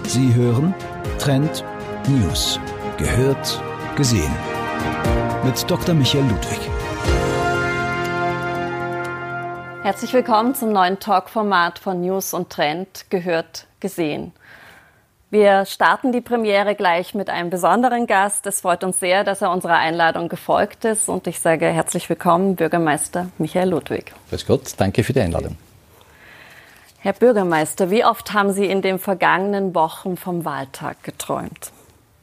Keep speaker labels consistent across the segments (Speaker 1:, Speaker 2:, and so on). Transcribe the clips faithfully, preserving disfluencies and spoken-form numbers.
Speaker 1: Sie hören Trend News. Gehört, gesehen. Mit Doktor Michael Ludwig.
Speaker 2: Herzlich willkommen zum neuen Talk-Format von News und Trend. Gehört, gesehen. Wir starten die Premiere gleich mit einem besonderen Gast. Es freut uns sehr, dass er unserer Einladung gefolgt ist. Und ich sage herzlich willkommen, Bürgermeister Michael Ludwig.
Speaker 3: Grüß Gott, danke für die Einladung.
Speaker 2: Herr Bürgermeister, wie oft haben Sie in den vergangenen Wochen vom Wahltag geträumt?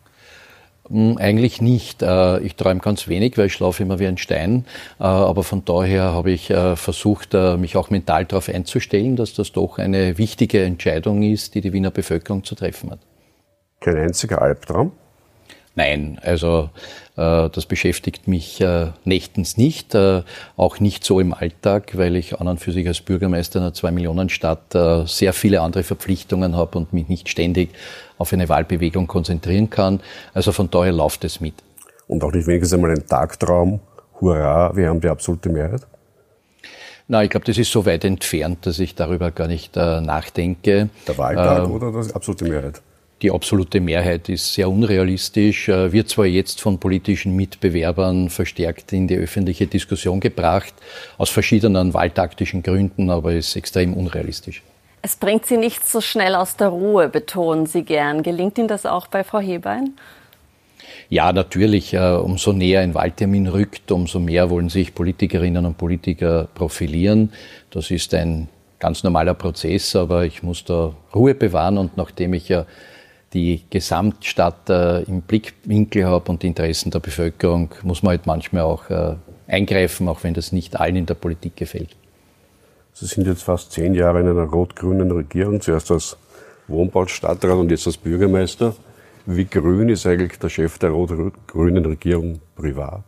Speaker 3: Eigentlich nicht. Ich träume ganz wenig, weil ich schlafe immer wie ein Stein. Aber von daher habe ich versucht, mich auch mental darauf einzustellen, dass das doch eine wichtige Entscheidung ist, die die Wiener Bevölkerung zu treffen hat.
Speaker 4: Kein einziger Albtraum?
Speaker 3: Nein, also äh, das beschäftigt mich äh, nächtens nicht, äh, auch nicht so im Alltag, weil ich an und für sich als Bürgermeister einer Zwei-Millionen-Stadt äh, sehr viele andere Verpflichtungen habe und mich nicht ständig auf eine Wahlbewegung konzentrieren kann. Also von daher läuft es mit.
Speaker 4: Und auch nicht wenigstens einmal ein Tagtraum, hurra, wir haben die absolute Mehrheit?
Speaker 3: Na, ich glaube, das ist so weit entfernt, dass ich darüber gar nicht äh, nachdenke.
Speaker 4: Der Wahltag
Speaker 3: ähm,
Speaker 4: oder die absolute Mehrheit?
Speaker 3: Die absolute Mehrheit ist sehr unrealistisch, wird zwar jetzt von politischen Mitbewerbern verstärkt in die öffentliche Diskussion gebracht, aus verschiedenen wahltaktischen Gründen, aber ist extrem unrealistisch.
Speaker 2: Es bringt Sie nicht so schnell aus der Ruhe, betonen Sie gern. Gelingt Ihnen das auch bei Frau Hebein?
Speaker 3: Ja, natürlich. Umso näher ein Wahltermin rückt, umso mehr wollen sich Politikerinnen und Politiker profilieren. Das ist ein ganz normaler Prozess, aber ich muss da Ruhe bewahren und nachdem ich ja die Gesamtstadt äh, im Blickwinkel habe und die Interessen der Bevölkerung, muss man halt manchmal auch äh, eingreifen, auch wenn das nicht allen in der Politik gefällt.
Speaker 4: Sie sind jetzt fast zehn Jahre in einer rot-grünen Regierung, zuerst als Wohnbaustadtrat und jetzt als Bürgermeister. Wie grün ist eigentlich der Chef der rot-grünen Regierung privat?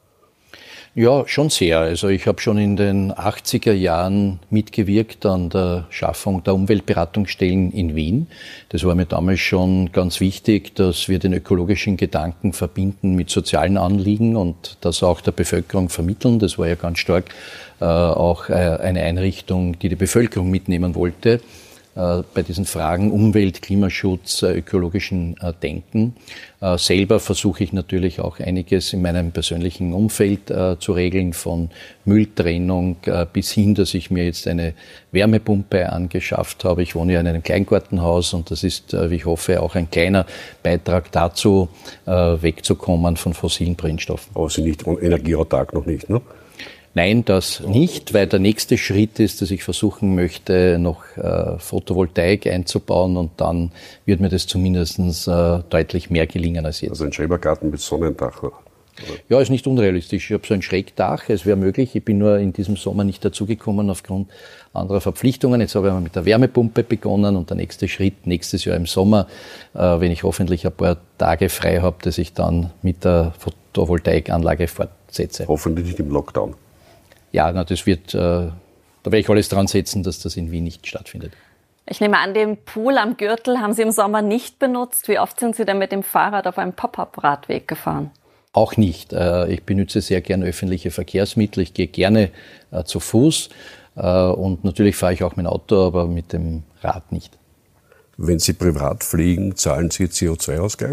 Speaker 3: Ja, schon sehr. Also ich habe schon in den achtziger Jahren mitgewirkt an der Schaffung der Umweltberatungsstellen in Wien. Das war mir damals schon ganz wichtig, dass wir den ökologischen Gedanken verbinden mit sozialen Anliegen und das auch der Bevölkerung vermitteln. Das war ja ganz stark äh, auch äh, eine Einrichtung, die die Bevölkerung mitnehmen wollte äh, bei diesen Fragen Umwelt, Klimaschutz, äh, ökologischen äh, Denken. Äh, selber versuche ich natürlich auch einiges in meinem persönlichen Umfeld äh, zu regeln, von Mülltrennung äh, bis hin, dass ich mir jetzt eine Wärmepumpe angeschafft habe. Ich wohne ja in einem Kleingartenhaus und das ist, äh, wie ich hoffe, auch ein kleiner Beitrag dazu, äh, wegzukommen von fossilen Brennstoffen.
Speaker 4: Aber Sie nicht energieautark noch nicht, ne?
Speaker 3: Nein, das nicht, weil der nächste Schritt ist, dass ich versuchen möchte, noch äh, Photovoltaik einzubauen und dann wird mir das zumindest äh, deutlich mehr gelingen als jetzt.
Speaker 4: Also ein Schrebergarten mit Sonnendach, oder?
Speaker 3: Ja, ist nicht unrealistisch. Ich habe so ein Schrägdach, es wäre möglich. Ich bin nur in diesem Sommer nicht dazugekommen aufgrund anderer Verpflichtungen. Jetzt habe ich mit der Wärmepumpe begonnen und der nächste Schritt nächstes Jahr im Sommer, äh, wenn ich hoffentlich ein paar Tage frei habe, dass ich dann mit der Photovoltaikanlage fortsetze.
Speaker 4: Hoffentlich nicht im Lockdown.
Speaker 3: Ja, na, das wird, äh, da werde ich alles dran setzen, dass das in Wien nicht stattfindet.
Speaker 2: Ich nehme an, den Pool am Gürtel haben Sie im Sommer nicht benutzt. Wie oft sind Sie denn mit dem Fahrrad auf einem Pop-up-Radweg gefahren?
Speaker 3: Auch nicht. Äh, ich benutze sehr gerne öffentliche Verkehrsmittel. Ich gehe gerne äh, zu Fuß äh, und natürlich fahre ich auch mein Auto, aber mit dem Rad nicht.
Speaker 4: Wenn Sie privat fliegen, zahlen Sie C O zwei Ausgleich?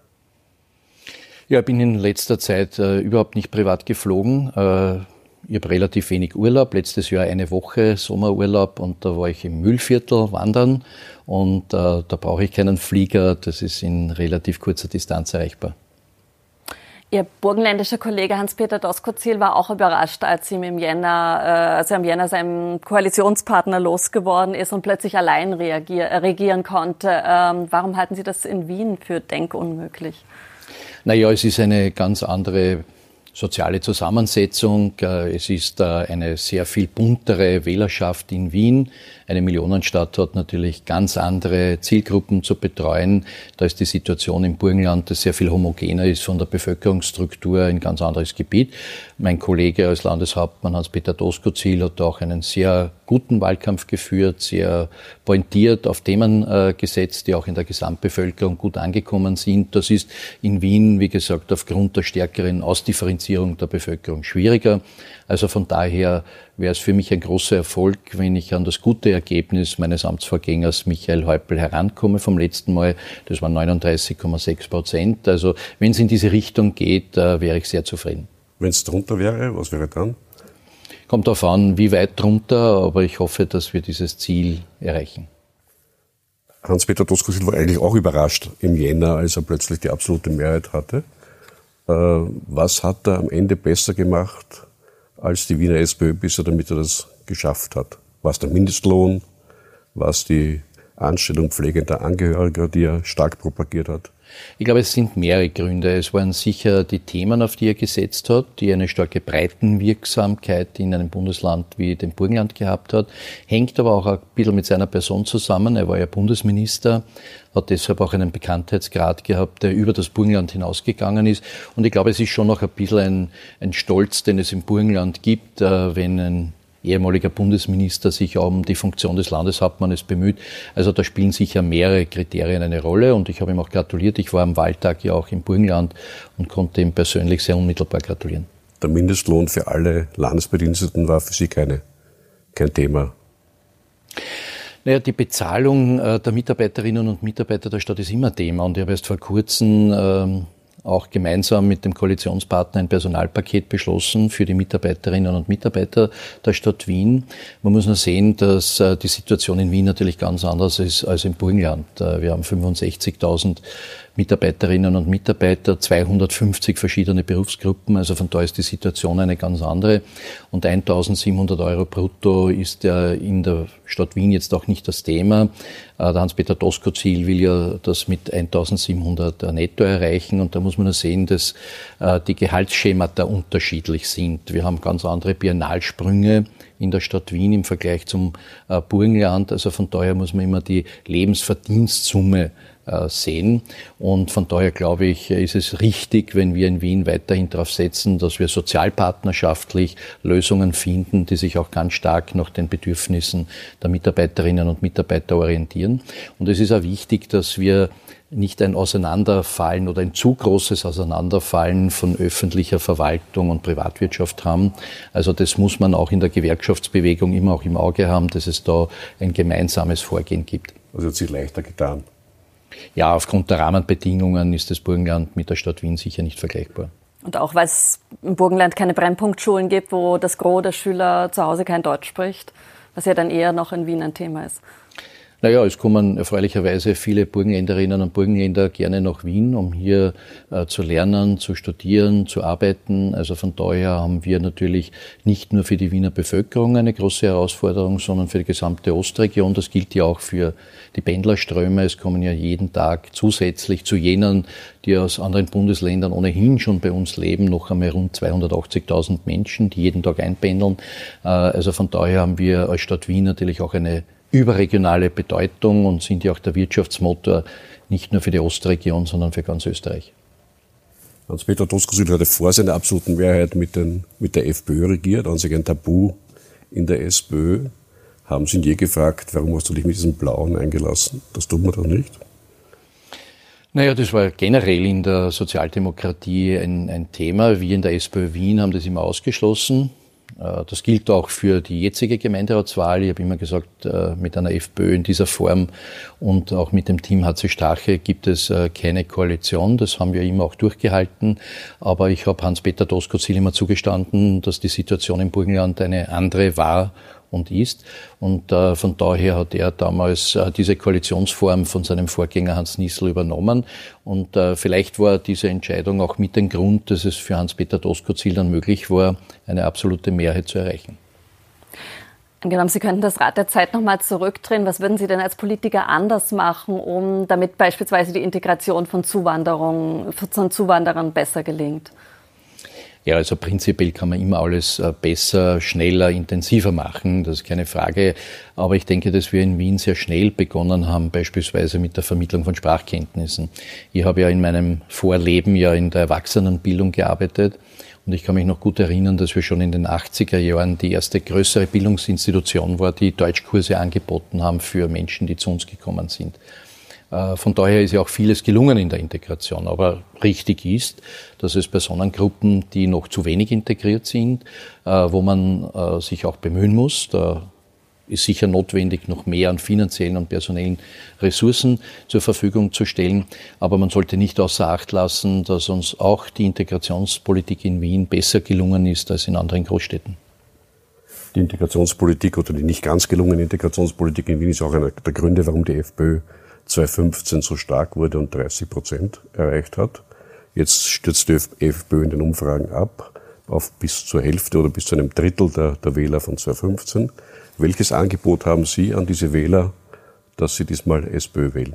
Speaker 3: Ja, ich bin in letzter Zeit äh, überhaupt nicht privat geflogen. Äh, Ich habe relativ wenig Urlaub, letztes Jahr eine Woche Sommerurlaub und da war ich im Mühlviertel wandern und äh, da brauche ich keinen Flieger, das ist in relativ kurzer Distanz erreichbar.
Speaker 2: Ihr burgenländischer Kollege Hans-Peter Doskozil war auch überrascht, als ihm im Jänner, äh, als er im Jänner seinem Koalitionspartner losgeworden ist und plötzlich allein reagier, äh, regieren konnte. Ähm, warum halten Sie das in Wien für denkunmöglich?
Speaker 3: Naja, es ist eine ganz andere soziale Zusammensetzung. Es ist eine sehr viel buntere Wählerschaft in Wien. Eine Millionenstadt hat natürlich ganz andere Zielgruppen zu betreuen. Da ist die Situation im Burgenland, das sehr viel homogener ist von der Bevölkerungsstruktur, ein ganz anderes Gebiet. Mein Kollege als Landeshauptmann Hans-Peter Doskozil hat auch einen sehr guten Wahlkampf geführt, sehr pointiert auf Themen äh, gesetzt, die auch in der Gesamtbevölkerung gut angekommen sind. Das ist in Wien, wie gesagt, aufgrund der stärkeren Ausdifferenzierung der Bevölkerung schwieriger. Also von daher wäre es für mich ein großer Erfolg, wenn ich an das gute Ergebnis meines Amtsvorgängers Michael Häupl herankomme vom letzten Mal. Das waren neununddreißig Komma sechs Prozent. Also wenn es in diese Richtung geht, wäre ich sehr zufrieden.
Speaker 4: Wenn es drunter wäre, was wäre dann?
Speaker 3: Kommt darauf an, wie weit drunter, aber ich hoffe, dass wir dieses Ziel erreichen.
Speaker 4: Hans-Peter Doskozil war eigentlich auch überrascht im Jänner, als er plötzlich die absolute Mehrheit hatte. Was hat er am Ende besser gemacht als die Wiener SPÖ bisher, damit er das geschafft hat? War es der Mindestlohn? War es die Anstellung pflegender Angehöriger, die er stark propagiert hat?
Speaker 3: Ich glaube, es sind mehrere Gründe. Es waren sicher die Themen, auf die er gesetzt hat, die eine starke Breitenwirksamkeit in einem Bundesland wie dem Burgenland gehabt hat. Hängt aber auch ein bisschen mit seiner Person zusammen. Er war ja Bundesminister, hat deshalb auch einen Bekanntheitsgrad gehabt, der über das Burgenland hinausgegangen ist. Und ich glaube, es ist schon noch ein bisschen ein, ein Stolz, den es im Burgenland gibt, wenn ein ehemaliger Bundesminister sich auch um die Funktion des Landeshauptmannes bemüht. Also da spielen sicher mehrere Kriterien eine Rolle und ich habe ihm auch gratuliert. Ich war am Wahltag ja auch im Burgenland und konnte ihm persönlich sehr unmittelbar gratulieren.
Speaker 4: Der Mindestlohn für alle Landesbediensteten war für Sie keine, kein Thema?
Speaker 3: Naja, die Bezahlung der Mitarbeiterinnen und Mitarbeiter der Stadt ist immer Thema und ich habe erst vor kurzem ähm, auch gemeinsam mit dem Koalitionspartner ein Personalpaket beschlossen für die Mitarbeiterinnen und Mitarbeiter der Stadt Wien. Man muss nur sehen, dass die Situation in Wien natürlich ganz anders ist als im Burgenland. Wir haben fünfundsechzigtausend Mitarbeiterinnen und Mitarbeiter, zweihundertfünfzig verschiedene Berufsgruppen, also von da ist die Situation eine ganz andere. Und eintausendsiebenhundert Euro brutto ist ja in der Stadt Wien jetzt auch nicht das Thema. Der Hans-Peter Doskozil will ja das mit eintausendsiebenhundert netto erreichen und da muss man nur sehen, dass die Gehaltsschemata unterschiedlich sind. Wir haben ganz andere Biennalsprünge in der Stadt Wien im Vergleich zum Burgenland. Also von daher muss man immer die Lebensverdienstsumme sehen. Und von daher glaube ich, ist es richtig, wenn wir in Wien weiterhin darauf setzen, dass wir sozialpartnerschaftlich Lösungen finden, die sich auch ganz stark nach den Bedürfnissen der Mitarbeiterinnen und Mitarbeiter orientieren. Und es ist auch wichtig, dass wir nicht ein Auseinanderfallen oder ein zu großes Auseinanderfallen von öffentlicher Verwaltung und Privatwirtschaft haben. Also das muss man auch in der Gewerkschaftsbewegung immer auch im Auge haben, dass es da ein gemeinsames Vorgehen gibt.
Speaker 4: Also hat sich leichter getan.
Speaker 3: Ja, aufgrund der Rahmenbedingungen ist das Burgenland mit der Stadt Wien sicher nicht vergleichbar.
Speaker 2: Und auch, weil es im Burgenland keine Brennpunktschulen gibt, wo das Gros der Schüler zu Hause kein Deutsch spricht, was ja dann eher noch in Wien ein Thema ist.
Speaker 3: Naja, es kommen erfreulicherweise viele Burgenländerinnen und Burgenländer gerne nach Wien, um hier äh, zu lernen, zu studieren, zu arbeiten. Also von daher haben wir natürlich nicht nur für die Wiener Bevölkerung eine große Herausforderung, sondern für die gesamte Ostregion. Das gilt ja auch für die Pendlerströme. Es kommen ja jeden Tag zusätzlich zu jenen, die aus anderen Bundesländern ohnehin schon bei uns leben, noch einmal rund zweihundertachtzigtausend Menschen, die jeden Tag einpendeln. Äh, also von daher haben wir als Stadt Wien natürlich auch eine überregionale Bedeutung und sind ja auch der Wirtschaftsmotor nicht nur für die Ostregion, sondern für ganz Österreich.
Speaker 4: Hans-Peter Doskozil hatte vor seiner absoluten Mehrheit mit, den, mit der FPÖ regiert, an sich ein Tabu in der SPÖ. Haben Sie ihn je gefragt, warum hast du dich mit diesem Blauen eingelassen? Das tut man doch nicht.
Speaker 3: Naja, das war generell in der Sozialdemokratie ein, ein Thema. Wir in der SPÖ Wien haben das immer ausgeschlossen. Das gilt auch für die jetzige Gemeinderatswahl. Ich habe immer gesagt, mit einer FPÖ in dieser Form und auch mit dem Team H C Strache gibt es keine Koalition. Das haben wir immer auch durchgehalten. Aber ich habe Hans-Peter Doskozil immer zugestanden, dass die Situation im Burgenland eine andere war und ist. Und äh, von daher hat er damals äh, diese Koalitionsform von seinem Vorgänger Hans Niesel übernommen. Und äh, vielleicht war diese Entscheidung auch mit dem Grund, dass es für Hans-Peter Doskozil dann möglich war, eine absolute Mehrheit zu erreichen.
Speaker 2: Angenommen, Sie könnten das Rad der Zeit nochmal zurückdrehen. Was würden Sie denn als Politiker anders machen, um damit beispielsweise die Integration von Zuwanderung, von Zuwanderern besser gelingt?
Speaker 3: Ja, also prinzipiell kann man immer alles besser, schneller, intensiver machen, das ist keine Frage. Aber ich denke, dass wir in Wien sehr schnell begonnen haben, beispielsweise mit der Vermittlung von Sprachkenntnissen. Ich habe ja in meinem Vorleben ja in der Erwachsenenbildung gearbeitet und ich kann mich noch gut erinnern, dass wir schon in den achtziger Jahren die erste größere Bildungsinstitution war, die Deutschkurse angeboten haben für Menschen, die zu uns gekommen sind. Von daher ist ja auch vieles gelungen in der Integration. Aber richtig ist, dass es Personengruppen, die noch zu wenig integriert sind, wo man sich auch bemühen muss, da ist sicher notwendig, noch mehr an finanziellen und personellen Ressourcen zur Verfügung zu stellen. Aber man sollte nicht außer Acht lassen, dass uns auch die Integrationspolitik in Wien besser gelungen ist als in anderen Großstädten.
Speaker 4: Die Integrationspolitik oder die nicht ganz gelungene Integrationspolitik in Wien ist auch einer der Gründe, warum die FPÖ zweitausendfünfzehn so stark wurde und dreißig Prozent erreicht hat. Jetzt stürzt die FPÖ in den Umfragen ab auf bis zur Hälfte oder bis zu einem Drittel der, der Wähler von zweitausendfünfzehn. Welches Angebot haben Sie an diese Wähler, dass sie diesmal SPÖ wählen?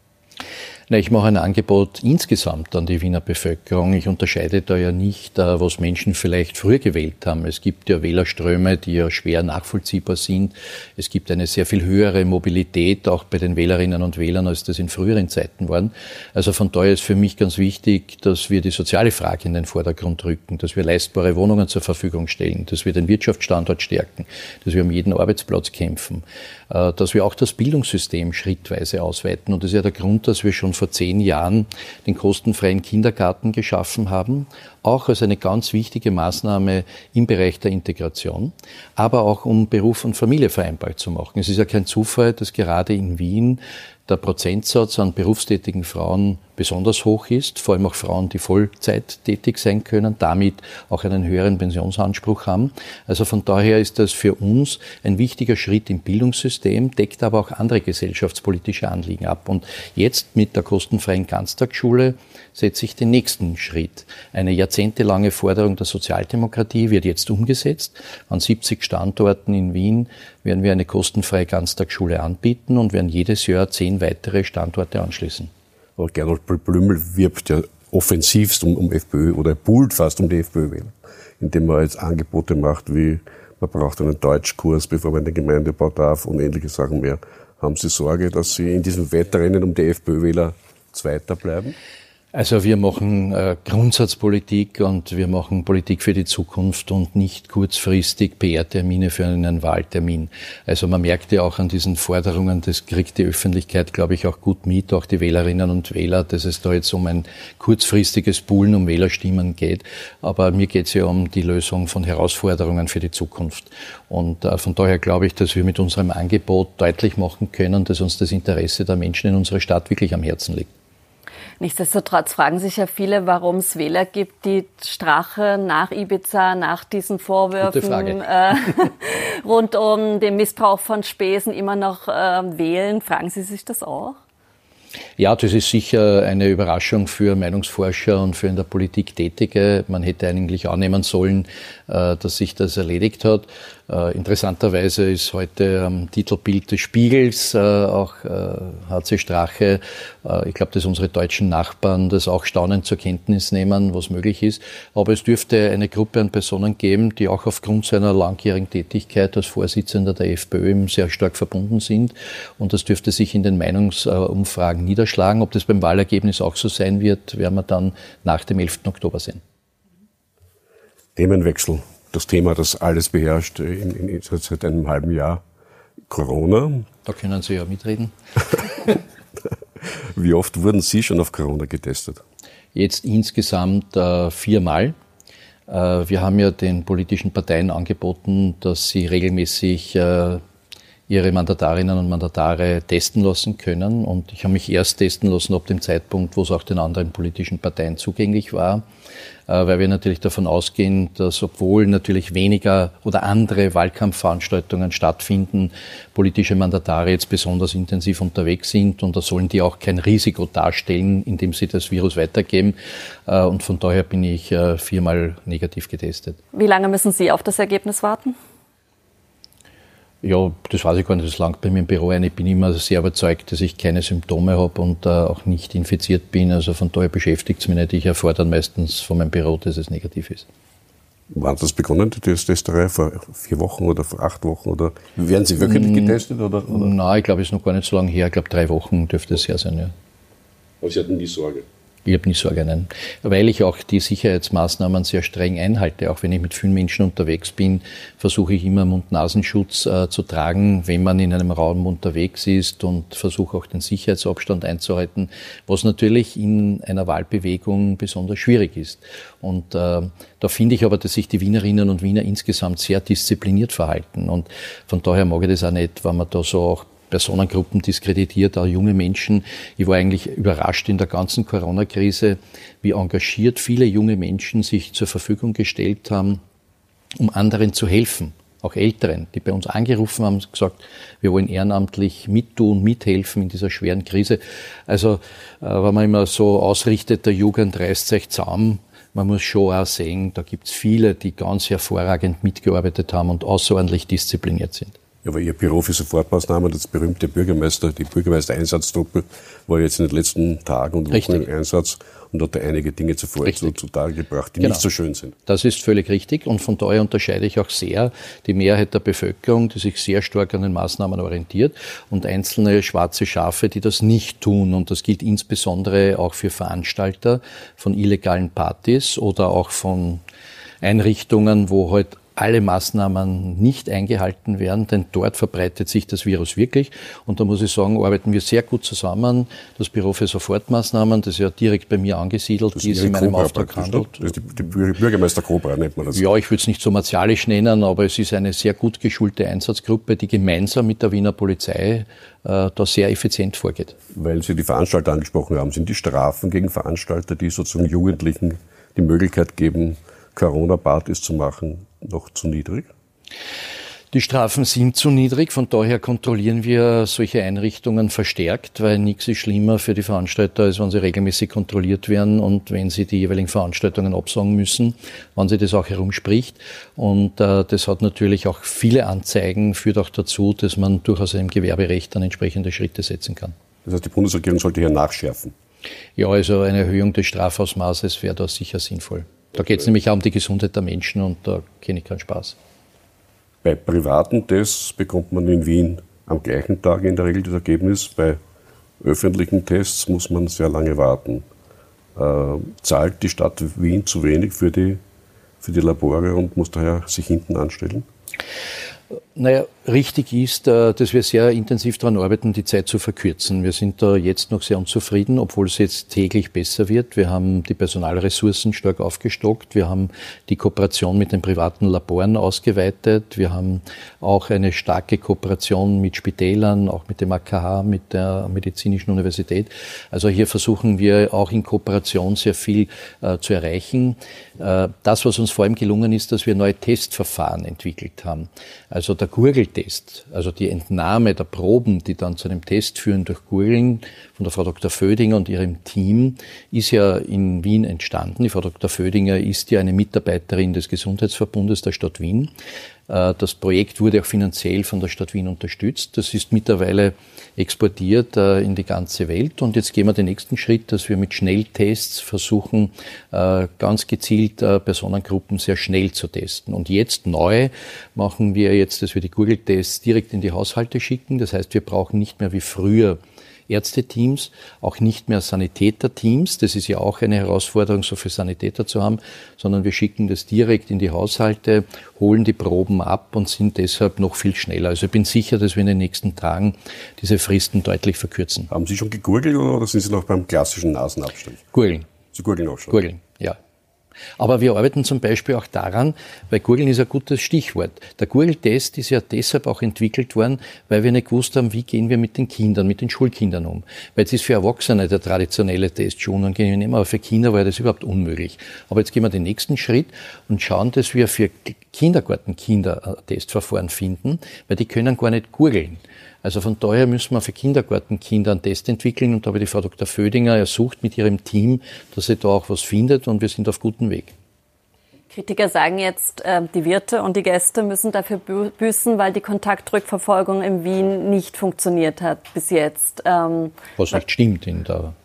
Speaker 3: Na, ich mache ein Angebot insgesamt an die Wiener Bevölkerung. Ich unterscheide da ja nicht, was Menschen vielleicht früher gewählt haben. Es gibt ja Wählerströme, die ja schwer nachvollziehbar sind. Es gibt eine sehr viel höhere Mobilität auch bei den Wählerinnen und Wählern, als das in früheren Zeiten waren. Also von daher ist für mich ganz wichtig, dass wir die soziale Frage in den Vordergrund rücken, dass wir leistbare Wohnungen zur Verfügung stellen, dass wir den Wirtschaftsstandort stärken, dass wir um jeden Arbeitsplatz kämpfen, dass wir auch das Bildungssystem schrittweise ausweiten. Und das ist ja der Grund, dass wir schon vor zehn Jahren den kostenfreien Kindergarten geschaffen haben, auch als eine ganz wichtige Maßnahme im Bereich der Integration, aber auch um Beruf und Familie vereinbar zu machen. Es ist ja kein Zufall, dass gerade in Wien der Prozentsatz an berufstätigen Frauen besonders hoch ist, vor allem auch Frauen, die Vollzeit tätig sein können, damit auch einen höheren Pensionsanspruch haben. Also von daher ist das für uns ein wichtiger Schritt im Bildungssystem, deckt aber auch andere gesellschaftspolitische Anliegen ab. Und jetzt mit der kostenfreien Ganztagsschule setze ich den nächsten Schritt. Eine jahrzehntelange Forderung der Sozialdemokratie wird jetzt umgesetzt. An siebzig Standorten in Wien werden wir eine kostenfreie Ganztagsschule anbieten und werden jedes Jahr zehn weitere Standorte anschließen.
Speaker 4: Aber Gernot Blümel wirbt ja offensivst um, um FPÖ oder buhlt fast um die FPÖ-Wähler, indem er jetzt Angebote macht wie, man braucht einen Deutschkurs, bevor man in den Gemeindebau darf und ähnliche Sachen mehr. Haben Sie Sorge, dass Sie in diesem Wettrennen um die FPÖ-Wähler Zweiter bleiben?
Speaker 3: Also wir machen äh, Grundsatzpolitik und wir machen Politik für die Zukunft und nicht kurzfristig P R-Termine für einen Wahltermin. Also man merkt ja auch an diesen Forderungen, das kriegt die Öffentlichkeit, glaube ich, auch gut mit, auch die Wählerinnen und Wähler, dass es da jetzt um ein kurzfristiges Buhlen um Wählerstimmen geht. Aber mir geht es ja um die Lösung von Herausforderungen für die Zukunft. Und äh, von daher glaube ich, dass wir mit unserem Angebot deutlich machen können, dass uns das Interesse der Menschen in unserer Stadt wirklich am Herzen liegt.
Speaker 2: Nichtsdestotrotz fragen sich ja viele, warum es Wähler gibt, die Strache nach Ibiza, nach diesen Vorwürfen äh, rund um den Missbrauch von Spesen immer noch äh, wählen. Fragen Sie sich das auch?
Speaker 3: Ja, das ist sicher eine Überraschung für Meinungsforscher und für in der Politik Tätige. Man hätte eigentlich annehmen sollen, dass sich das erledigt hat. Interessanterweise ist heute am Titelbild des Spiegels auch H C Strache. Ich glaube, dass unsere deutschen Nachbarn das auch staunend zur Kenntnis nehmen, was möglich ist. Aber es dürfte eine Gruppe an Personen geben, die auch aufgrund seiner langjährigen Tätigkeit als Vorsitzender der FPÖ sehr stark verbunden sind. Und das dürfte sich in den Meinungsumfragen niederschlagen. Ob das beim Wahlergebnis auch so sein wird, werden wir dann nach dem elften Oktober sehen.
Speaker 4: Themenwechsel. Das Thema, das alles beherrscht in, in, seit einem halben Jahr. Corona.
Speaker 3: Da können Sie ja mitreden.
Speaker 4: Wie oft wurden Sie schon auf Corona getestet?
Speaker 3: Jetzt insgesamt äh, viermal. Äh, wir haben ja den politischen Parteien angeboten, dass sie regelmäßig äh, ihre Mandatarinnen und Mandatare testen lassen können. Und ich habe mich erst testen lassen ab dem Zeitpunkt, wo es auch den anderen politischen Parteien zugänglich war, weil wir natürlich davon ausgehen, dass obwohl natürlich weniger oder andere Wahlkampfveranstaltungen stattfinden, politische Mandatare jetzt besonders intensiv unterwegs sind und da sollen die auch kein Risiko darstellen, indem sie das Virus weitergeben. Und von daher bin ich viermal negativ getestet.
Speaker 2: Wie lange müssen Sie auf das Ergebnis warten?
Speaker 3: Ja, das weiß ich gar nicht, das langt bei mir im Büro ein. Ich bin immer sehr überzeugt, dass ich keine Symptome habe und äh, auch nicht infiziert bin. Also von daher beschäftigt es mich nicht. Ich erfahre dann meistens von meinem Büro, dass es negativ ist.
Speaker 4: Wann hat das begonnen, die Testerei? Vor vier Wochen oder vor acht Wochen? Oder werden Sie wöchentlich getestet? Oder, oder?
Speaker 3: Nein, ich glaube, es ist noch gar nicht so lange her. Ich glaube, drei Wochen dürfte es her sein, ja.
Speaker 4: Aber Sie hatten die Sorge?
Speaker 3: Ich habe nie Sorge, nein. Weil ich auch die Sicherheitsmaßnahmen sehr streng einhalte. Auch wenn ich mit vielen Menschen unterwegs bin, versuche ich immer Mund-Nasenschutz äh, zu tragen, wenn man in einem Raum unterwegs ist, und versuche auch den Sicherheitsabstand einzuhalten, was natürlich in einer Wahlbewegung besonders schwierig ist. Und äh, da finde ich aber, dass sich die Wienerinnen und Wiener insgesamt sehr diszipliniert verhalten. Und von daher mag ich das auch nicht, wenn man da so auch Personengruppen diskreditiert, auch junge Menschen. Ich war eigentlich überrascht in der ganzen Corona-Krise, wie engagiert viele junge Menschen sich zur Verfügung gestellt haben, um anderen zu helfen. Auch Älteren, die bei uns angerufen haben, gesagt, wir wollen ehrenamtlich mittun, mithelfen in dieser schweren Krise. Also, wenn man immer so ausrichtet, der Jugend reißt sich zusammen, man muss schon auch sehen, da gibt es viele, die ganz hervorragend mitgearbeitet haben und außerordentlich diszipliniert sind.
Speaker 4: Ja, aber Ihr Büro für Sofortmaßnahmen, das berühmte Bürgermeister, die Bürgermeister-Einsatztruppe, war jetzt in den letzten Tagen und Wochen
Speaker 3: Richtig.
Speaker 4: im Einsatz und hat da einige Dinge zuvor zu, zutage gebracht, die
Speaker 3: Genau.
Speaker 4: nicht so schön sind.
Speaker 3: Das ist völlig richtig, und von daher unterscheide ich auch sehr die Mehrheit der Bevölkerung, die sich sehr stark an den Maßnahmen orientiert, und einzelne schwarze Schafe, die das nicht tun. Und das gilt insbesondere auch für Veranstalter von illegalen Partys oder auch von Einrichtungen, wo halt alle Maßnahmen nicht eingehalten werden, denn dort verbreitet sich das Virus wirklich. Und da muss ich sagen, arbeiten wir sehr gut zusammen. Das Büro für Sofortmaßnahmen, das ist ja direkt bei mir angesiedelt,
Speaker 4: Das
Speaker 3: die ist in meinem Auftrag handelt.
Speaker 4: Das ist die, die Bürgermeister Cobra, nennt man das.
Speaker 3: Ja, ich würde es nicht so martialisch nennen, aber es ist eine sehr gut geschulte Einsatzgruppe, die gemeinsam mit der Wiener Polizei äh, da sehr effizient vorgeht.
Speaker 4: Weil Sie die Veranstalter angesprochen haben, sind die Strafen gegen Veranstalter, die sozusagen Jugendlichen die Möglichkeit geben, Corona-Partys zu machen, noch zu niedrig?
Speaker 3: Die Strafen sind zu niedrig, von daher kontrollieren wir solche Einrichtungen verstärkt, weil nichts ist schlimmer für die Veranstalter, als wenn sie regelmäßig kontrolliert werden und wenn sie die jeweiligen Veranstaltungen absagen müssen, wenn sie das auch herumspricht. Und äh, das hat natürlich auch viele Anzeigen, führt auch dazu, dass man durchaus im Gewerberecht dann entsprechende Schritte setzen kann.
Speaker 4: Das heißt, die Bundesregierung sollte hier nachschärfen?
Speaker 3: Ja, also eine Erhöhung des Strafausmaßes wäre da sicher sinnvoll. Da geht es nämlich auch um die Gesundheit der Menschen und da kenne ich keinen Spaß.
Speaker 4: Bei privaten Tests bekommt man in Wien am gleichen Tag in der Regel das Ergebnis. Bei öffentlichen Tests muss man sehr lange warten. Äh, zahlt die Stadt Wien zu wenig für die, für die Labore und muss daher sich hinten anstellen?
Speaker 3: Naja, richtig ist, dass wir sehr intensiv daran arbeiten, die Zeit zu verkürzen. Wir sind da jetzt noch sehr unzufrieden, obwohl es jetzt täglich besser wird. Wir haben die Personalressourcen stark aufgestockt. Wir haben die Kooperation mit den privaten Laboren ausgeweitet. Wir haben auch eine starke Kooperation mit Spitälern, auch mit dem A K H, mit der Medizinischen Universität. Also hier versuchen wir auch in Kooperation sehr viel äh, zu erreichen. Äh, das, was uns vor allem gelungen ist, dass wir neue Testverfahren entwickelt haben. Also der Gurgeltest, also die Entnahme der Proben, die dann zu einem Test führen durch Gurgeln von der Frau Doktor Födinger und ihrem Team, ist ja in Wien entstanden. Die Frau Doktor Födinger ist ja eine Mitarbeiterin des Gesundheitsverbundes der Stadt Wien. Das Projekt wurde auch finanziell von der Stadt Wien unterstützt. Das ist mittlerweile exportiert in die ganze Welt. Und jetzt gehen wir den nächsten Schritt, dass wir mit Schnelltests versuchen, ganz gezielt Personengruppen sehr schnell zu testen. Und jetzt neu machen wir jetzt, dass wir die Gurgeltests direkt in die Haushalte schicken. Das heißt, wir brauchen nicht mehr wie früher Ärzteteams, auch nicht mehr Sanitäterteams. Das ist ja auch eine Herausforderung, so viele Sanitäter zu haben, sondern wir schicken das direkt in die Haushalte, holen die Proben ab und sind deshalb noch viel schneller. Also ich bin sicher, dass wir in den nächsten Tagen diese Fristen deutlich verkürzen. Haben
Speaker 4: Sie schon gegurgelt oder sind Sie noch beim klassischen Nasenabstrich?
Speaker 3: Gurgeln.
Speaker 4: Sie gurgeln auch schon?
Speaker 3: Gurgeln, ja. Aber wir arbeiten zum Beispiel auch daran, weil Gurgeln ist ein gutes Stichwort. Der Gurgeltest ist ja deshalb auch entwickelt worden, weil wir nicht gewusst haben, wie gehen wir mit den Kindern, mit den Schulkindern um. Weil jetzt ist für Erwachsene der traditionelle Test schon unangenehm, aber für Kinder war das überhaupt unmöglich. Aber jetzt gehen wir den nächsten Schritt und schauen, dass wir für Kindergartenkinder ein Testverfahren finden, weil die können gar nicht gurgeln. Also von daher müssen wir für Kindergartenkinder einen Test entwickeln und da habe die Frau Doktor Födinger ersucht mit ihrem Team, dass sie da auch was findet und wir sind auf gutem Weg.
Speaker 2: Kritiker sagen jetzt, die Wirte und die Gäste müssen dafür büßen, weil die Kontaktrückverfolgung in Wien nicht funktioniert hat bis jetzt.
Speaker 3: Was nicht stimmt in der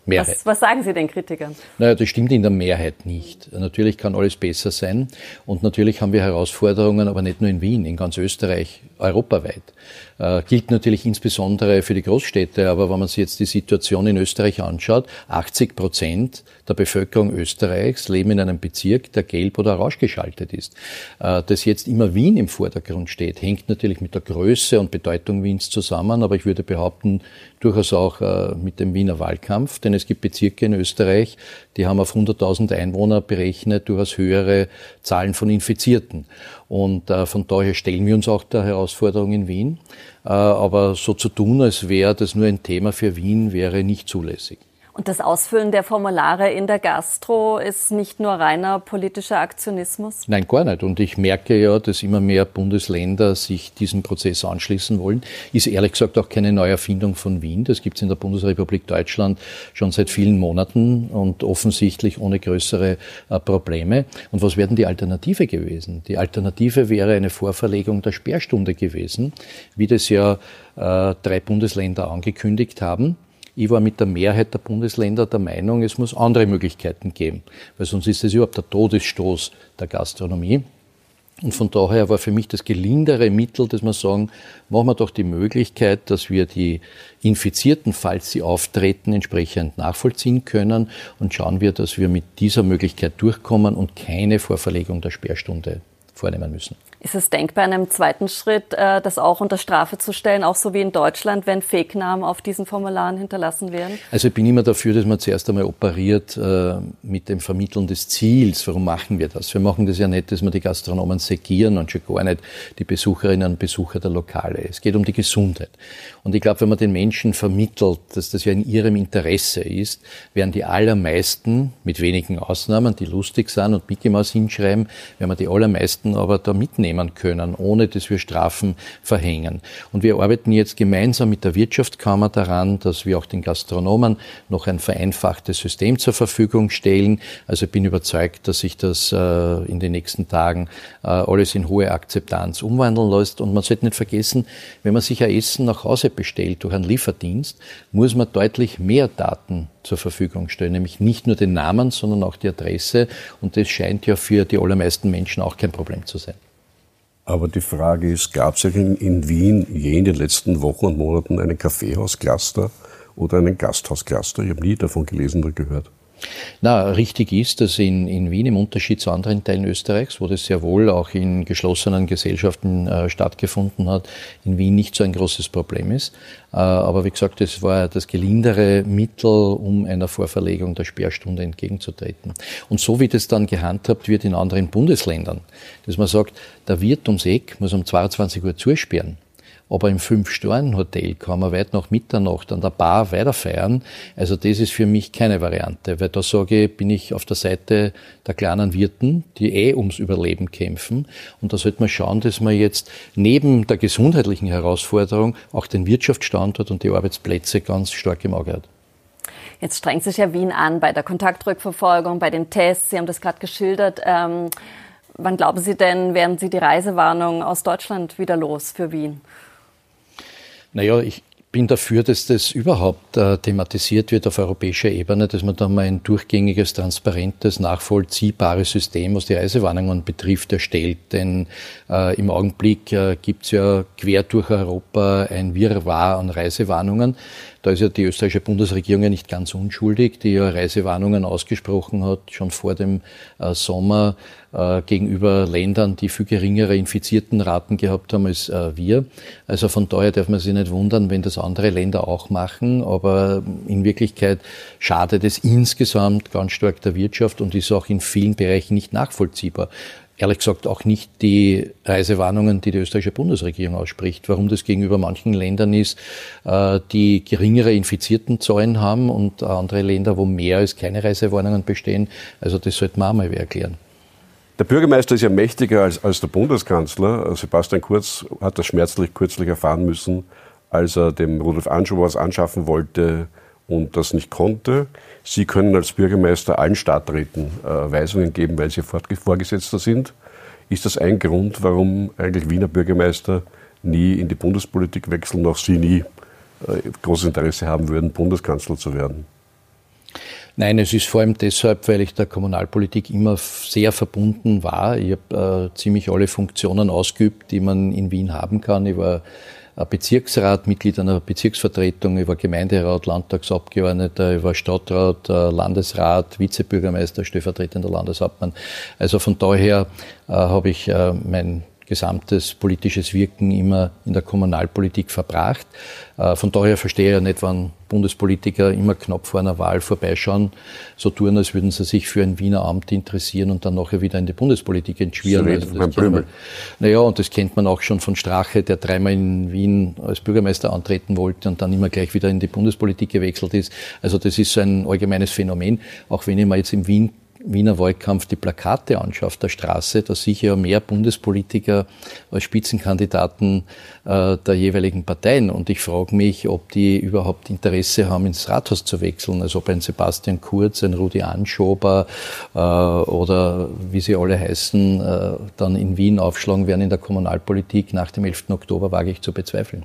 Speaker 2: Was, was sagen Sie den Kritikern?
Speaker 3: Naja, das stimmt in der Mehrheit nicht. Natürlich kann alles besser sein und natürlich haben wir Herausforderungen, aber nicht nur in Wien, in ganz Österreich, europaweit. Äh, gilt natürlich insbesondere für die Großstädte, aber wenn man sich jetzt die Situation in Österreich anschaut, achtzig Prozent der Bevölkerung Österreichs leben in einem Bezirk, der gelb oder orange geschaltet ist. Äh, dass jetzt immer Wien im Vordergrund steht, hängt natürlich mit der Größe und Bedeutung Wiens zusammen, aber ich würde behaupten, durchaus auch äh, mit dem Wiener Wahlkampf, denn es gibt Bezirke in Österreich, die haben auf hunderttausend Einwohner berechnet durchaus höhere Zahlen von Infizierten. Und äh, von daher stellen wir uns auch der Herausforderung in Wien. Äh, aber so zu tun, als wäre das nur ein Thema für Wien, wäre nicht zulässig.
Speaker 2: Und das Ausfüllen der Formulare in der Gastro ist nicht nur reiner politischer Aktionismus?
Speaker 3: Nein, gar nicht. Und ich merke ja, dass immer mehr Bundesländer sich diesem Prozess anschließen wollen. Ist ehrlich gesagt auch keine Neuerfindung von Wien. Das gibt es in der Bundesrepublik Deutschland schon seit vielen Monaten und offensichtlich ohne größere äh, Probleme. Und was wäre denn die Alternative gewesen? Die Alternative wäre eine Vorverlegung der Sperrstunde gewesen, wie das ja äh, drei Bundesländer angekündigt haben. Ich war mit der Mehrheit der Bundesländer der Meinung, es muss andere Möglichkeiten geben, weil sonst ist das überhaupt der Todesstoß der Gastronomie. Und von daher war für mich das gelindere Mittel, dass wir sagen, machen wir doch die Möglichkeit, dass wir die Infizierten, falls sie auftreten, entsprechend nachvollziehen können und schauen wir, dass wir mit dieser Möglichkeit durchkommen und keine Vorverlegung der Sperrstunde vornehmen müssen.
Speaker 2: Ist es denkbar, in einem zweiten Schritt das auch unter Strafe zu stellen, auch so wie in Deutschland, wenn Fake-Namen auf diesen Formularen hinterlassen werden?
Speaker 3: Also ich bin immer dafür, dass man zuerst einmal operiert äh, mit dem Vermitteln des Ziels. Warum machen wir das? Wir machen das ja nicht, dass wir die Gastronomen segieren und schon gar nicht die Besucherinnen und Besucher der Lokale. Es geht um die Gesundheit. Und ich glaube, wenn man den Menschen vermittelt, dass das ja in ihrem Interesse ist, werden die allermeisten, mit wenigen Ausnahmen, die lustig sind und Mickey Mouse hinschreiben, werden wir die allermeisten aber da mitnehmen können, ohne dass wir Strafen verhängen. Und wir arbeiten jetzt gemeinsam mit der Wirtschaftskammer daran, dass wir auch den Gastronomen noch ein vereinfachtes System zur Verfügung stellen. Also ich bin überzeugt, dass sich das äh, in den nächsten Tagen äh, alles in hohe Akzeptanz umwandeln lässt. Und man sollte nicht vergessen, wenn man sich ein Essen nach Hause bestellt durch einen Lieferdienst, muss man deutlich mehr Daten zur Verfügung stellen, nämlich nicht nur den Namen, sondern auch die Adresse. Und das scheint ja für die allermeisten Menschen auch kein Problem zu sein.
Speaker 4: Aber die Frage ist, gab es ja in, in Wien je in den letzten Wochen und Monaten einen Kaffeehauscluster oder einen Gasthauscluster? Ich habe nie davon gelesen oder gehört.
Speaker 3: Na, richtig ist, dass in, in Wien im Unterschied zu anderen Teilen Österreichs, wo das sehr wohl auch in geschlossenen Gesellschaften äh, stattgefunden hat, in Wien nicht so ein großes Problem ist. Äh, aber wie gesagt, das war das gelindere Mittel, um einer Vorverlegung der Sperrstunde entgegenzutreten. Und so wie das dann gehandhabt wird in anderen Bundesländern, dass man sagt, der Wirt ums Eck muss um zweiundzwanzig Uhr zusperren. Aber im Fünf-Sterne-Hotel kann man weit nach Mitternacht an der Bar weiterfeiern. Also das ist für mich keine Variante, weil da sage ich, bin ich auf der Seite der kleinen Wirten, die eh ums Überleben kämpfen. Und da sollte man schauen, dass man jetzt neben der gesundheitlichen Herausforderung auch den Wirtschaftsstandort und die Arbeitsplätze ganz stark im Auge hat.
Speaker 2: Jetzt strengt sich ja Wien an bei der Kontaktrückverfolgung, bei den Tests. Sie haben das gerade geschildert. Ähm, wann glauben Sie denn, werden Sie die Reisewarnung aus Deutschland wieder los für Wien?
Speaker 3: Naja, ich bin dafür, dass das überhaupt äh, thematisiert wird auf europäischer Ebene, dass man da mal ein durchgängiges, transparentes, nachvollziehbares System, was die Reisewarnungen betrifft, erstellt. Denn äh, im Augenblick äh, gibt's ja quer durch Europa ein Wirrwarr an Reisewarnungen. Da ist ja die österreichische Bundesregierung ja nicht ganz unschuldig, die ja Reisewarnungen ausgesprochen hat, schon vor dem äh, Sommer äh, gegenüber Ländern, die viel geringere Infiziertenraten gehabt haben als äh, wir. Also von daher darf man sich nicht wundern, wenn das andere Länder auch machen, aber in Wirklichkeit schadet es insgesamt ganz stark der Wirtschaft und ist auch in vielen Bereichen nicht nachvollziehbar. Ehrlich gesagt auch nicht die Reisewarnungen, die die österreichische Bundesregierung ausspricht. Warum das gegenüber manchen Ländern ist, die geringere Infiziertenzahlen haben und andere Länder, wo mehr als keine Reisewarnungen bestehen. Also das sollte man auch mal erklären.
Speaker 4: Der Bürgermeister ist ja mächtiger als, als der Bundeskanzler. Sebastian Kurz hat das schmerzlich kürzlich erfahren müssen, als er dem Rudolf Anschober was anschaffen wollte und das nicht konnte. Sie können als Bürgermeister allen Stadträten äh, Weisungen geben, weil Sie Vorgesetzter sind. Ist das ein Grund, warum eigentlich Wiener Bürgermeister nie in die Bundespolitik wechseln, auch Sie nie äh, großes Interesse haben würden, Bundeskanzler zu werden?
Speaker 3: Nein, es ist vor allem deshalb, weil ich der Kommunalpolitik immer sehr verbunden war. Ich habe äh, ziemlich alle Funktionen ausgeübt, die man in Wien haben kann. Ich war Bezirksrat, Mitglied einer Bezirksvertretung, ich war Gemeinderat, Landtagsabgeordneter, ich war Stadtrat, Landesrat, Vizebürgermeister, stellvertretender Landeshauptmann. Also von daher äh, habe ich äh, mein gesamtes politisches Wirken immer in der Kommunalpolitik verbracht. Von daher verstehe ich ja nicht, wenn Bundespolitiker immer knapp vor einer Wahl vorbeischauen, so tun, als würden sie sich für ein Wiener Amt interessieren und dann nachher wieder in die Bundespolitik entschwirren.
Speaker 4: So
Speaker 3: also das kennt man, naja, und das kennt man auch schon von Strache, der dreimal in Wien als Bürgermeister antreten wollte und dann immer gleich wieder in die Bundespolitik gewechselt ist. Also das ist so ein allgemeines Phänomen, auch wenn ich mir jetzt im Wien Wiener Wahlkampf die Plakate anschaue auf der Straße, da sehe ich ja mehr Bundespolitiker als Spitzenkandidaten äh, der jeweiligen Parteien. Und ich frage mich, ob die überhaupt Interesse haben, ins Rathaus zu wechseln. Also ob ein Sebastian Kurz, ein Rudi Anschober äh, oder wie sie alle heißen, äh, dann in Wien aufschlagen werden in der Kommunalpolitik nach dem elften Oktober, wage ich zu bezweifeln.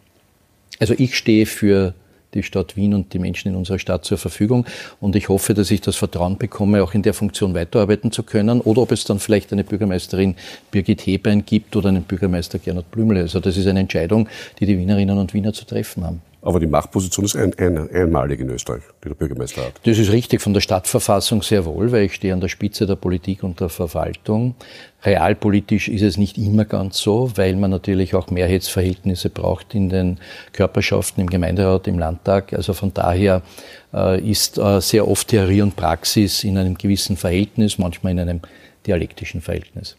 Speaker 3: Also ich stehe für die Stadt Wien und die Menschen in unserer Stadt zur Verfügung. Und ich hoffe, dass ich das Vertrauen bekomme, auch in der Funktion weiterarbeiten zu können. Oder ob es dann vielleicht eine Bürgermeisterin Birgit Hebein gibt oder einen Bürgermeister Gernot Blümle. Also das ist eine Entscheidung, die die Wienerinnen und Wiener zu treffen haben.
Speaker 4: Aber die Machtposition ist ein, ein, einmalig in Österreich, die der Bürgermeister hat.
Speaker 3: Das ist richtig, von der Stadtverfassung sehr wohl, weil ich stehe an der Spitze der Politik und der Verwaltung. Realpolitisch ist es nicht immer ganz so, weil man natürlich auch Mehrheitsverhältnisse braucht in den Körperschaften, im Gemeinderat, im Landtag. Also von daher äh, ist äh, sehr oft Theorie und Praxis in einem gewissen Verhältnis, manchmal in einem dialektischen Verhältnis.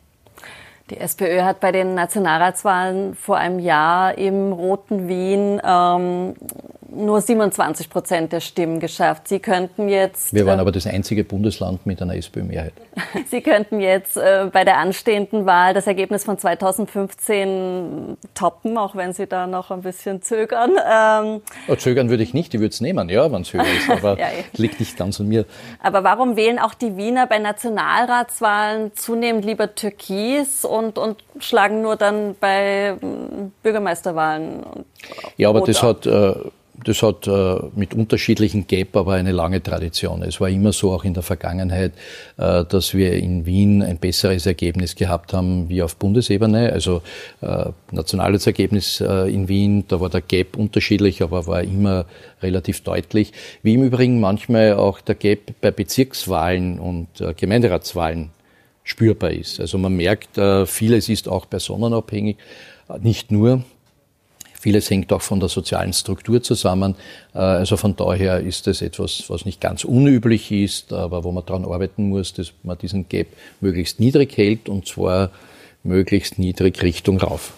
Speaker 2: Die SPÖ hat bei den Nationalratswahlen vor einem Jahr im roten Wien ähm, nur siebenundzwanzig Prozent der Stimmen geschafft. Sie könnten jetzt...
Speaker 3: Wir waren aber das einzige Bundesland mit einer SPÖ-Mehrheit.
Speaker 2: Sie könnten jetzt äh, bei der anstehenden Wahl das Ergebnis von zweitausendfünfzehn toppen, auch wenn Sie da noch ein bisschen zögern. Ähm
Speaker 3: oh, zögern würde ich nicht, ich würde es nehmen, ja, wenn es höher ist, aber ja, liegt nicht ganz an mir.
Speaker 2: Aber warum wählen auch die Wiener bei Nationalratswahlen zunehmend lieber Türkis und, und schlagen nur dann bei Bürgermeisterwahlen?
Speaker 3: Ja, aber das hat... Äh, Das hat äh, mit unterschiedlichen Gap aber eine lange Tradition. Es war immer so, auch in der Vergangenheit, äh, dass wir in Wien ein besseres Ergebnis gehabt haben wie auf Bundesebene. Also äh, Nationalratsergebnis äh, in Wien, da war der Gap unterschiedlich, aber war immer relativ deutlich. Wie im Übrigen manchmal auch der Gap bei Bezirkswahlen und äh, Gemeinderatswahlen spürbar ist. Also man merkt, äh, vieles ist auch personenabhängig, nicht nur. Vieles hängt auch von der sozialen Struktur zusammen. Also von daher ist das etwas, was nicht ganz unüblich ist, aber wo man daran arbeiten muss, dass man diesen Gap möglichst niedrig hält und zwar möglichst niedrig Richtung rauf.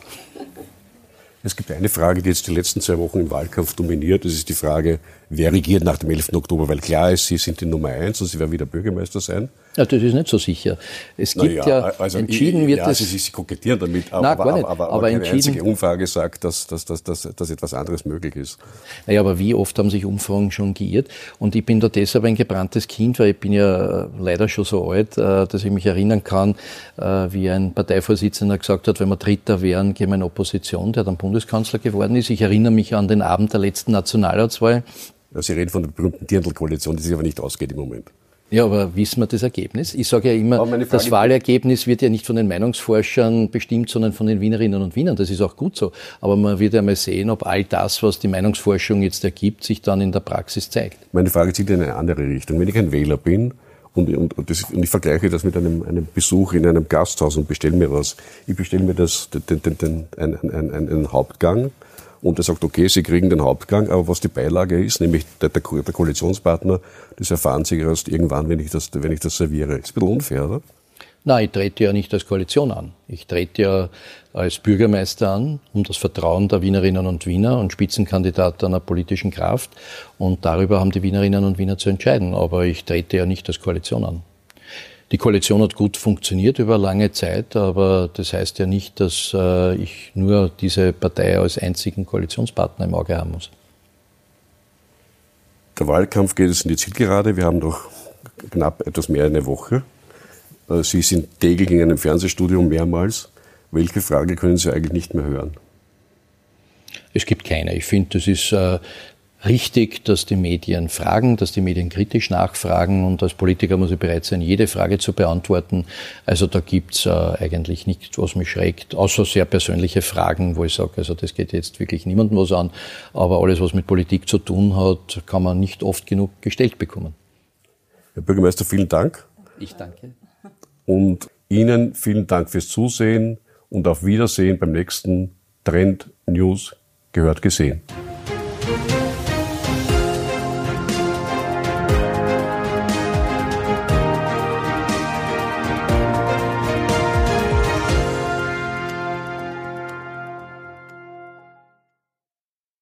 Speaker 4: Es gibt eine Frage, die jetzt die letzten zwei Wochen im Wahlkampf dominiert. Das ist die Frage, wer regiert nach dem elften Oktober? Weil klar ist, Sie sind die Nummer eins und Sie werden wieder Bürgermeister sein.
Speaker 3: Ja, das ist nicht so sicher. Es gibt ja, ja also entschieden wird
Speaker 4: ja,
Speaker 3: es...
Speaker 4: Sie, Sie kokettieren damit, aber,
Speaker 3: Nein, gar nicht.
Speaker 4: aber, aber, aber,
Speaker 3: aber
Speaker 4: keine einzige Umfrage sagt, dass, dass, dass, dass, dass etwas anderes möglich ist.
Speaker 3: Naja, aber wie oft haben sich Umfragen schon geirrt? Und ich bin da deshalb ein gebranntes Kind, weil ich bin ja leider schon so alt, dass ich mich erinnern kann, wie ein Parteivorsitzender gesagt hat, wenn wir Dritter wären, gehen wir in Opposition, der dann Bundeskanzler geworden ist. Ich erinnere mich an den Abend der letzten Nationalratswahl.
Speaker 4: Ja, Sie reden von der berühmten Dirndl-Koalition, die sich aber nicht ausgeht im Moment.
Speaker 3: Ja, aber wissen wir das Ergebnis? Ich sage ja immer, das Wahlergebnis wird ja nicht von den Meinungsforschern bestimmt, sondern von den Wienerinnen und Wienern. Das ist auch gut so. Aber man wird ja mal sehen, ob all das, was die Meinungsforschung jetzt ergibt, sich dann in der Praxis zeigt.
Speaker 4: Meine Frage zielt in eine andere Richtung. Wenn ich ein Wähler bin und, und, und, das, und ich vergleiche das mit einem, einem Besuch in einem Gasthaus und bestelle mir was. Ich bestelle mir das, den, den, den, einen, einen, einen Hauptgang. Und er sagt, okay, Sie kriegen den Hauptgang, aber was die Beilage ist, nämlich der, der, der Koalitionspartner, das erfahren Sie erst irgendwann, wenn ich das, wenn ich das serviere. Ist ein bisschen unfair, oder?
Speaker 3: Nein, ich trete ja nicht als Koalition an. Ich trete ja als Bürgermeister an, um das Vertrauen der Wienerinnen und Wiener und Spitzenkandidat einer politischen Kraft. Und darüber haben die Wienerinnen und Wiener zu entscheiden. Aber ich trete ja nicht als Koalition an. Die Koalition hat gut funktioniert über lange Zeit, aber das heißt ja nicht, dass äh, ich nur diese Partei als einzigen Koalitionspartner im Auge haben muss.
Speaker 4: Der Wahlkampf geht jetzt in die Zielgerade. Wir haben noch knapp etwas mehr als eine Woche. Sie sind täglich in einem Fernsehstudio mehrmals. Welche Frage können Sie eigentlich nicht mehr hören?
Speaker 3: Es gibt keine. Ich finde, das ist äh, richtig, dass die Medien fragen, dass die Medien kritisch nachfragen, und als Politiker muss ich bereit sein, jede Frage zu beantworten. Also da gibt's äh, eigentlich nichts, was mich schreckt, außer sehr persönliche Fragen, wo ich sage, also das geht jetzt wirklich niemandem was an, aber alles, was mit Politik zu tun hat, kann man nicht oft genug gestellt bekommen.
Speaker 4: Herr Bürgermeister, vielen Dank.
Speaker 3: Ich danke.
Speaker 4: Und Ihnen vielen Dank fürs Zusehen und auf Wiedersehen beim nächsten Trend News gehört gesehen.